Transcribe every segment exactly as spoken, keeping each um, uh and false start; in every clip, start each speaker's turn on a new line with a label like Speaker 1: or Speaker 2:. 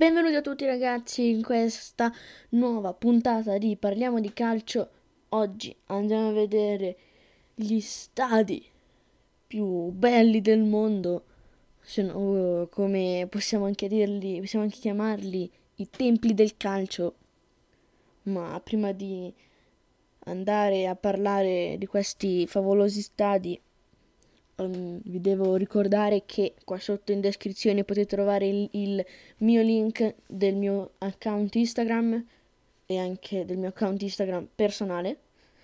Speaker 1: Benvenuti a tutti ragazzi in questa nuova puntata di Parliamo di Calcio. Oggi andiamo a vedere gli stadi più belli del mondo, se no, come possiamo anche dirli, possiamo anche chiamarli i templi del calcio. Ma prima di andare a parlare di questi favolosi stadi, Um, vi devo ricordare che qua sotto in descrizione potete trovare il, il mio link del mio account Instagram e anche del mio account Instagram personale.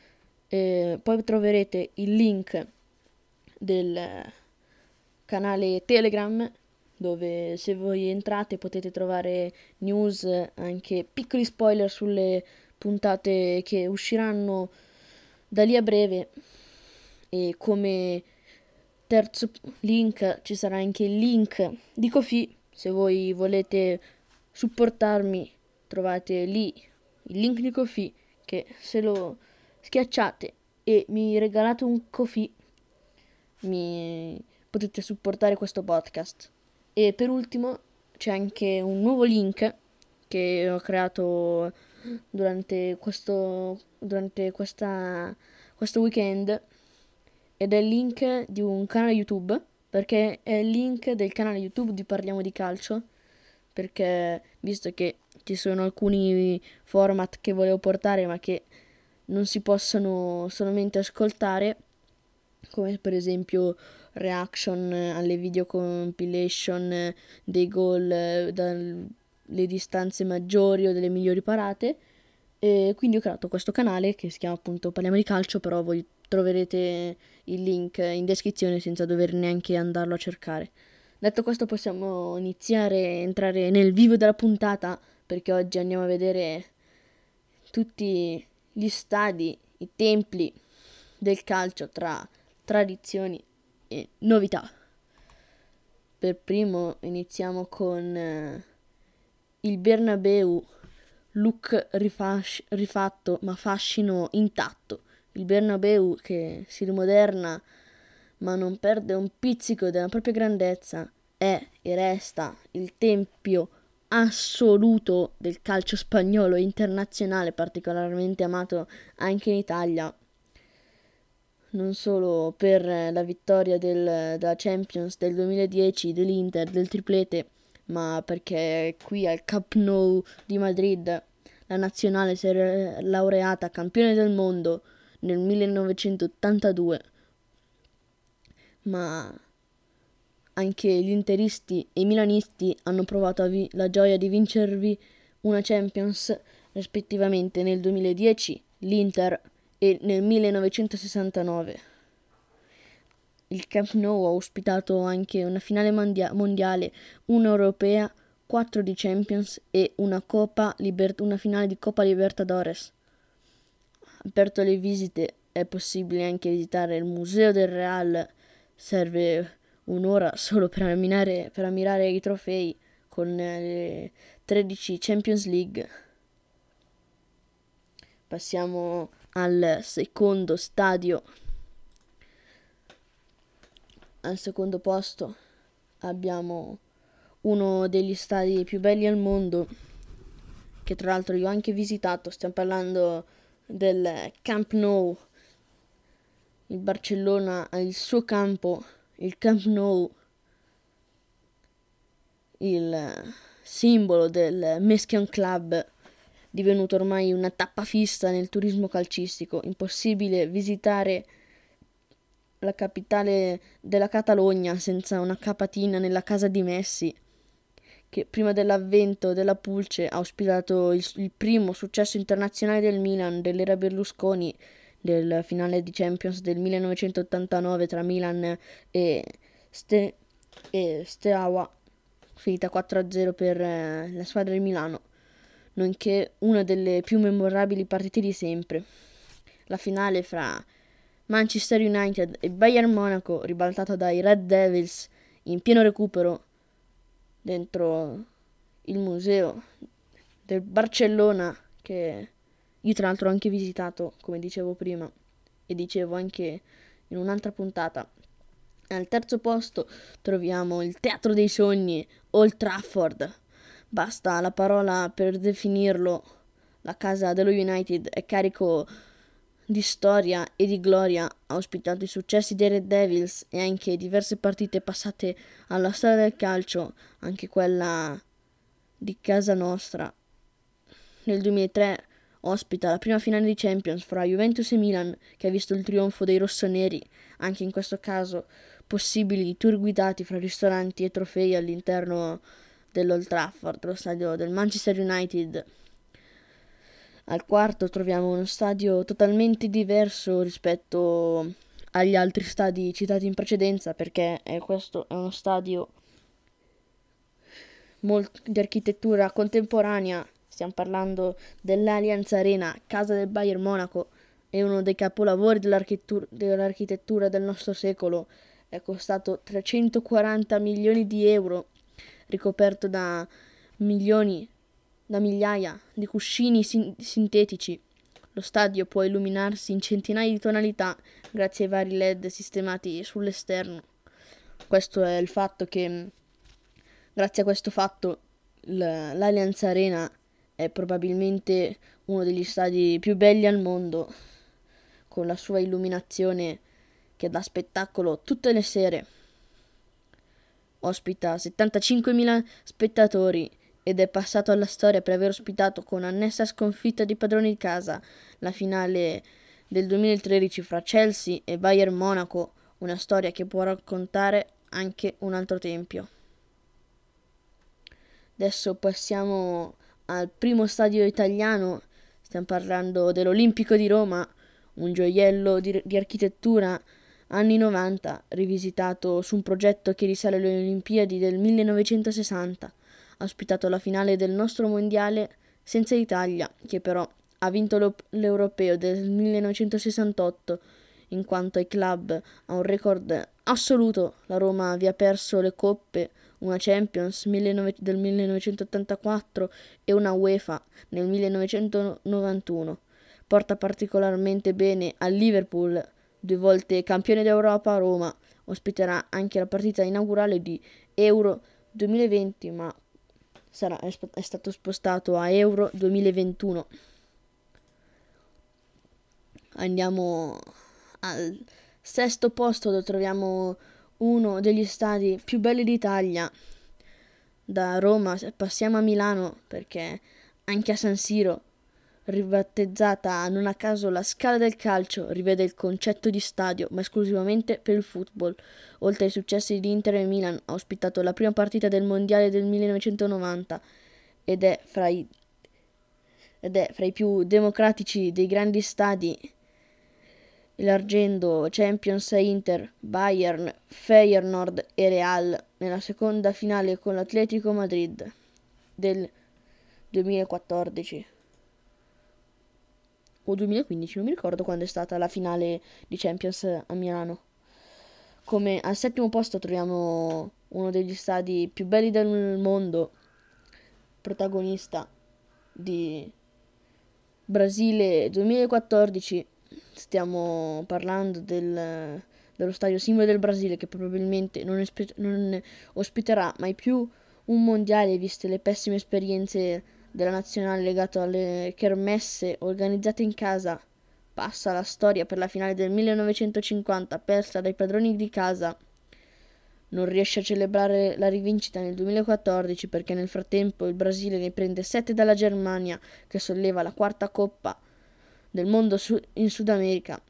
Speaker 1: E poi troverete il link del canale Telegram, dove se voi entrate potete trovare news, anche piccoli spoiler sulle puntate che usciranno da lì a breve. E come terzo link ci sarà anche il link di Ko-fi. Se voi volete supportarmi trovate lì il link di Ko-fi, che se lo schiacciate e mi regalate un Ko-fi mi potete supportare questo podcast. E per ultimo c'è anche un nuovo link che ho creato durante questo durante questa questo weekend, ed è il link di un canale YouTube, perché è il link del canale YouTube di Parliamo di Calcio, perché visto che ci sono alcuni format che volevo portare ma che non si possono solamente ascoltare, come per esempio reaction alle video compilation dei gol dalle distanze maggiori o delle migliori parate, e quindi ho creato questo canale che si chiama appunto Parliamo di Calcio, però voi troverete il link in descrizione senza dover neanche andarlo a cercare. Detto questo possiamo iniziare a entrare nel vivo della puntata, perché oggi andiamo a vedere tutti gli stadi, i templi del calcio tra tradizioni e novità. Per primo iniziamo con eh, il Bernabeu, look rifasci- rifatto ma fascino intatto. Il Bernabeu che si rimoderna ma non perde un pizzico della propria grandezza, è e resta il tempio assoluto del calcio spagnolo e internazionale, particolarmente amato anche in Italia, non solo per la vittoria del, della Champions del duemiladieci dell'Inter, del triplete, ma perché qui al Camp Nou di Madrid la nazionale si è laureata campione del mondo nel millenovecentottantadue, ma anche gli interisti e i milanisti hanno provato vi- la gioia di vincervi una Champions rispettivamente nel duemiladieci l'Inter e nel millenovecentosessantanove. Il Camp Nou ha ospitato anche una finale mondia- mondiale, una europea, quattro di Champions e una, Copa Liber- una finale di Coppa Libertadores. Aperto alle visite, è possibile anche visitare il Museo del Real. Serve un'ora solo per ammirare, per ammirare i trofei con le tredici Champions League. Passiamo al secondo stadio. Al secondo posto abbiamo uno degli stadi più belli al mondo, che tra l'altro io ho anche visitato. Stiamo parlando del Camp Nou. Il Barcellona ha il suo campo, il Camp Nou, il simbolo del Meschian Club, divenuto ormai una tappa fissa nel turismo calcistico. Impossibile visitare la capitale della Catalogna senza una capatina nella casa di Messi, che prima dell'avvento della Pulce ha ospitato il, il primo successo internazionale del Milan dell'era Berlusconi, del finale di Champions del millenovecentottantanove tra Milan e, Ste- e Steaua, finita quattro a zero per eh, la squadra di Milano, nonché una delle più memorabili partite di sempre. La finale fra Manchester United e Bayern Monaco, ribaltata dai Red Devils in pieno recupero dentro il museo del Barcellona, che io tra l'altro ho anche visitato, come dicevo prima, e dicevo anche in un'altra puntata. Al terzo posto troviamo il Teatro dei Sogni, Old Trafford, Basta la parola per definirlo. La casa dello United è carico di storia e di gloria, ha ospitato i successi dei Red Devils e anche diverse partite passate alla storia del calcio, anche quella di casa nostra. Nel duemilatré ospita la prima finale di Champions fra Juventus e Milan, che ha visto il trionfo dei rossoneri, anche in questo caso possibili tour guidati fra ristoranti e trofei all'interno dell'Old Trafford, lo stadio del Manchester United. Al quarto troviamo uno stadio totalmente diverso rispetto agli altri stadi citati in precedenza, perché è questo è uno stadio molt- di architettura contemporanea. Stiamo parlando dell'Allianz Arena, casa del Bayern Monaco, è uno dei capolavori dell'architettura, dell'architettura del nostro secolo. È costato trecentoquaranta milioni di euro, ricoperto da milioni da migliaia di cuscini sin- sintetici. Lo stadio può illuminarsi in centinaia di tonalità grazie ai vari L E D sistemati sull'esterno. Questo è il fatto che, grazie a questo fatto, l'Allianz Arena è probabilmente uno degli stadi più belli al mondo, con la sua illuminazione che dà spettacolo tutte le sere. Ospita settantacinquemila spettatori ed è passato alla storia per aver ospitato con annessa sconfitta di padroni di casa la finale del duemilatredici fra Chelsea e Bayern Monaco, una storia che può raccontare anche un altro tempio. Adesso passiamo al primo stadio italiano, stiamo parlando dell'Olimpico di Roma, un gioiello di, di architettura anni novanta, rivisitato su un progetto che risale alle Olimpiadi del millenovecentosessanta. Ha ospitato la finale del nostro mondiale senza Italia, che però ha vinto l'Europeo del millenovecentosessantotto, in quanto ai club ha un record assoluto. La Roma vi ha perso le coppe, una Champions del millenovecentottantaquattro e una UEFA nel millenovecentonovantuno. Porta particolarmente bene al Liverpool, due volte campione d'Europa. Roma ospiterà anche la partita inaugurale di Euro duemilaventi, ma sarà, è, è stato spostato a Euro duemilaventuno. Andiamo al sesto posto, dove troviamo uno degli stadi più belli d'Italia. Da Roma passiamo a Milano, perché anche a San Siro, ribattezzata non a caso la Scala del Calcio, rivede il concetto di stadio, ma esclusivamente per il football. Oltre ai successi di Inter e Milan, ha ospitato la prima partita del Mondiale del millenovecentonovanta ed è fra i, ed è fra i più democratici dei grandi stadi, elargendo Champions a Inter, Bayern, Feyenoord e Real nella seconda finale con l'Atletico Madrid del duemilaquattordici o duemilaquindici, non mi ricordo quando è stata la finale di Champions a Milano. Come al settimo posto troviamo uno degli stadi più belli del mondo, protagonista di Brasile duemilaquattordici. Stiamo parlando del, dello stadio simbolo del Brasile, che probabilmente non, espe- non ospiterà mai più un mondiale, viste le pessime esperienze della nazionale legato alle kermesse organizzate in casa. Passa la storia per la finale del millenovecentocinquanta, persa dai padroni di casa. Non riesce a celebrare la rivincita nel duemilaquattordici perché nel frattempo il Brasile ne prende sette dalla Germania, che solleva la quarta coppa del mondo in Sud America.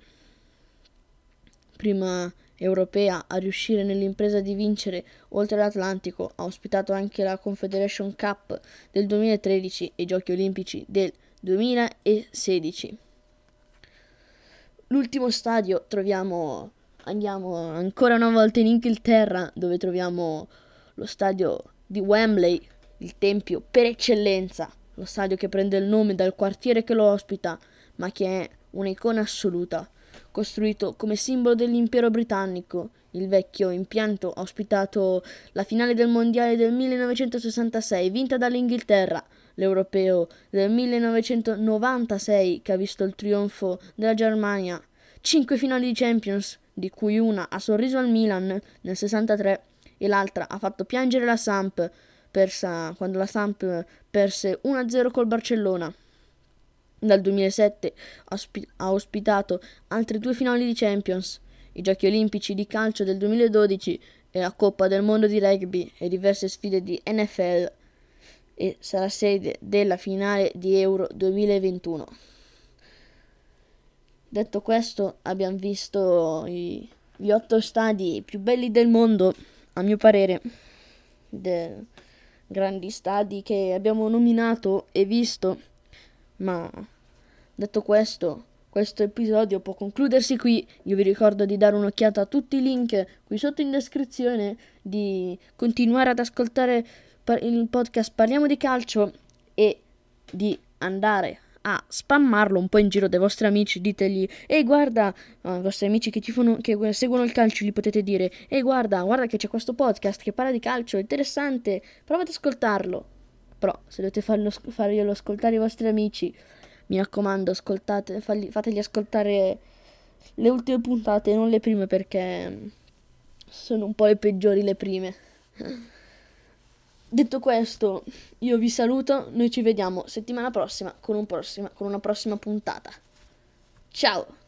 Speaker 1: Prima europea a riuscire nell'impresa di vincere oltre l'Atlantico, ha ospitato anche la Confederation Cup del duemilatredici e i Giochi Olimpici del duemilasedici. L'ultimo stadio troviamo, andiamo ancora una volta in Inghilterra, dove troviamo lo stadio di Wembley, il tempio per eccellenza, lo stadio che prende il nome dal quartiere che lo ospita, ma che è un'icona assoluta. Costruito come simbolo dell'impero britannico, il vecchio impianto ha ospitato la finale del mondiale del millenovecentosessantasei, vinta dall'Inghilterra, l'europeo del millenovecentonovantasei, che ha visto il trionfo della Germania, cinque finali di Champions, di cui una ha sorriso al Milan nel sessantatré e l'altra ha fatto piangere la Samp persa, quando la Samp perse uno a zero col Barcellona. Dal duemilasette ospi- ha ospitato altre due finali di Champions, i Giochi Olimpici di calcio del duemiladodici e la Coppa del Mondo di rugby e diverse sfide di N F L, e sarà sede della finale di Euro duemilaventuno. Detto questo, abbiamo visto i, gli otto stadi più belli del mondo, a mio parere, de, grandi stadi che abbiamo nominato e visto, ma detto questo, questo episodio può concludersi qui. Io vi ricordo di dare un'occhiata a tutti i link qui sotto in descrizione, di continuare ad ascoltare il podcast Parliamo di Calcio e di andare a spammarlo un po' in giro dai vostri amici. Ditegli: ehi guarda, ai vostri amici che, tifano, che seguono il calcio, gli potete dire: ehi guarda, guarda che c'è questo podcast che parla di calcio, è interessante, provate ad ascoltarlo. Però se dovete farlo, farglielo ascoltare ai vostri amici, mi raccomando, ascoltate, fagli, fategli ascoltare le ultime puntate, non le prime, perché sono un po' le peggiori le prime. Detto questo, io vi saluto, noi ci vediamo settimana prossima con, un prossima, con una prossima puntata. Ciao!